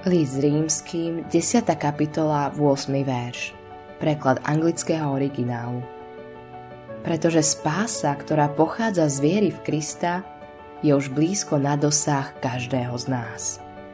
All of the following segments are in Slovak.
List Rímskym, 10. kapitola, 8. verš. Preklad anglického originálu. Pretože spása, ktorá pochádza z viery v Krista, je už blízko na dosah každého z nás.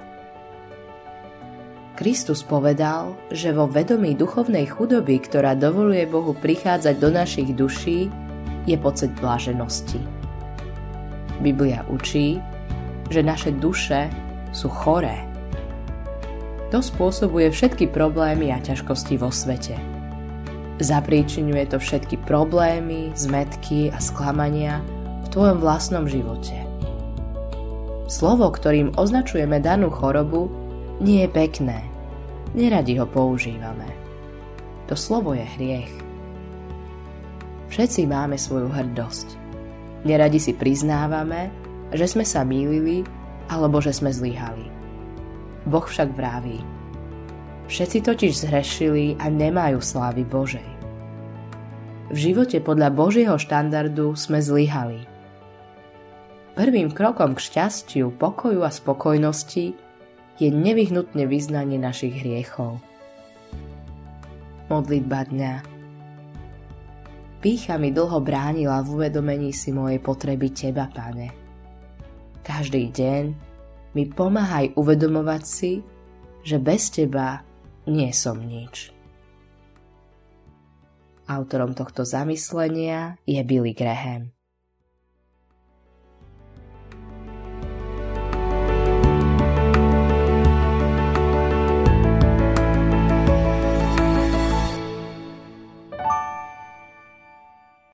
Kristus povedal, že vo vedomí duchovnej chudoby, ktorá dovoluje Bohu prichádzať do našich duší, je pocit blaženosti. Biblia učí, že naše duše sú choré. To spôsobuje všetky problémy a ťažkosti vo svete. Zapríčiňuje to všetky problémy, zmätky a sklamania v tvojom vlastnom živote. Slovo, ktorým označujeme danú chorobu, nie je pekné. Neradi ho používame. To slovo je hriech. Všetci máme svoju hrdosť. Neradi si priznávame, že sme sa mýlili alebo že sme zlyhali. Boh však vraví: všetci totiž zhrešili a nemajú slávy Božej. V živote podľa Božieho štandardu sme zlyhali. Prvým krokom k šťastiu, pokoju a spokojnosti je nevyhnutne vyznanie našich hriechov. Modlitba dňa. Pýcha mi dlho bránila v uvedomení si mojej potreby Teba, Pane. Každý deň mi pomáhaj uvedomovať si, že bez Teba nie som nič. Autorom tohto zamyslenia je Billy Graham.